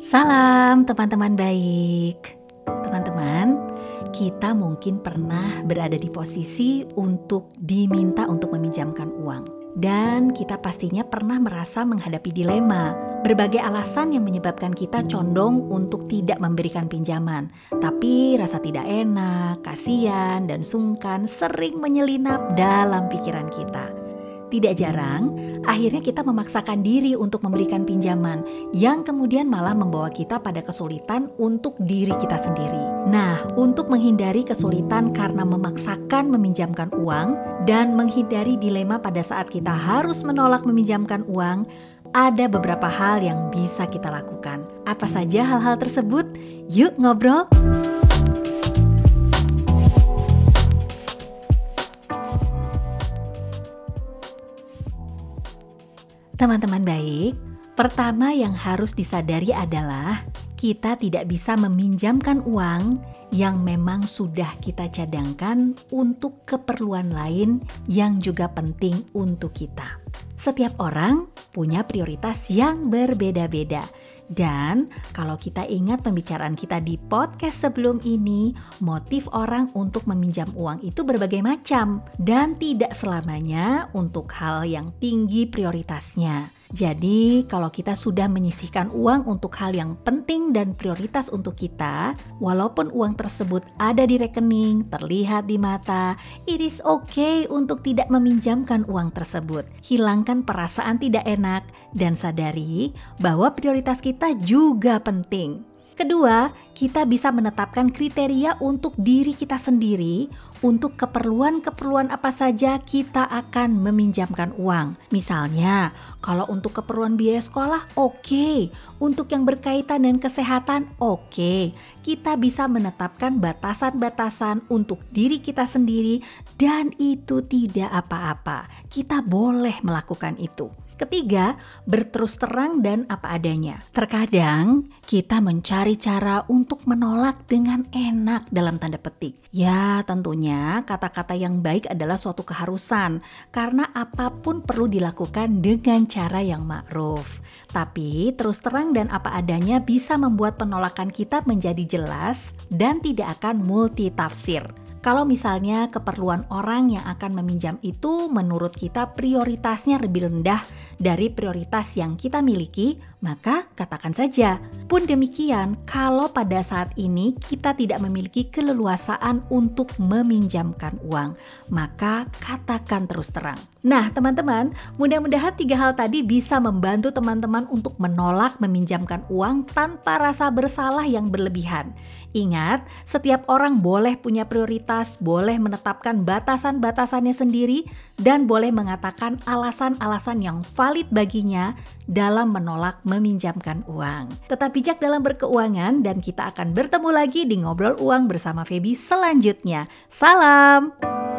Salam teman-teman baik. Teman-teman, kita mungkin pernah berada di posisi untuk diminta untuk meminjamkan uang. Dan kita pastinya pernah merasa menghadapi dilema. Berbagai alasan yang menyebabkan kita condong untuk tidak memberikan pinjaman. Tapi rasa tidak enak, kasihan, dan sungkan sering menyelinap dalam pikiran kita. Tidak jarang, akhirnya kita memaksakan diri untuk memberikan pinjaman yang kemudian malah membawa kita pada kesulitan untuk diri kita sendiri. Nah, untuk menghindari kesulitan karena memaksakan meminjamkan uang dan menghindari dilema pada saat kita harus menolak meminjamkan uang, ada beberapa hal yang bisa kita lakukan. Apa saja hal-hal tersebut? Yuk ngobrol! Teman-teman baik, pertama yang harus disadari adalah kita tidak bisa meminjamkan uang yang memang sudah kita cadangkan untuk keperluan lain yang juga penting untuk kita. Setiap orang punya prioritas yang berbeda-beda. Dan kalau kita ingat pembicaraan kita di podcast sebelum ini, motif orang untuk meminjam uang itu berbagai macam dan tidak selamanya untuk hal yang tinggi prioritasnya. Jadi kalau kita sudah menyisihkan uang untuk hal yang penting dan prioritas untuk kita, walaupun uang tersebut ada di rekening, terlihat di mata, it is okay untuk tidak meminjamkan uang tersebut. Hilangkan perasaan tidak enak dan sadari bahwa prioritas kita juga penting. Kedua, kita bisa menetapkan kriteria untuk diri kita sendiri untuk keperluan-keperluan apa saja kita akan meminjamkan uang. Misalnya, kalau untuk keperluan biaya sekolah, oke. Untuk yang berkaitan dengan kesehatan, oke. Kita bisa menetapkan batasan-batasan untuk diri kita sendiri dan itu tidak apa-apa. Kita boleh melakukan itu. Ketiga, berterus terang dan apa adanya. Terkadang kita mencari cara untuk menolak dengan enak dalam tanda petik. Ya, tentunya kata-kata yang baik adalah suatu keharusan karena apapun perlu dilakukan dengan cara yang ma'ruf. Tapi terus terang dan apa adanya bisa membuat penolakan kita menjadi jelas dan tidak akan multitafsir. Kalau misalnya keperluan orang yang akan meminjam itu menurut kita prioritasnya lebih rendah dari prioritas yang kita miliki, maka katakan saja. Pun demikian, kalau pada saat ini kita tidak memiliki keleluasaan untuk meminjamkan uang, maka katakan terus terang. Nah teman-teman, mudah-mudahan 3 hal tadi bisa membantu teman-teman untuk menolak meminjamkan uang tanpa rasa bersalah yang berlebihan. Ingat, setiap orang boleh punya prioritas, boleh menetapkan batasan-batasannya sendiri, dan boleh mengatakan alasan-alasan yang valid baginya dalam menolak meminjamkan uang. Tetap bijak dalam berkeuangan dan kita akan bertemu lagi di Ngobrol Uang bersama Feby selanjutnya. Salam!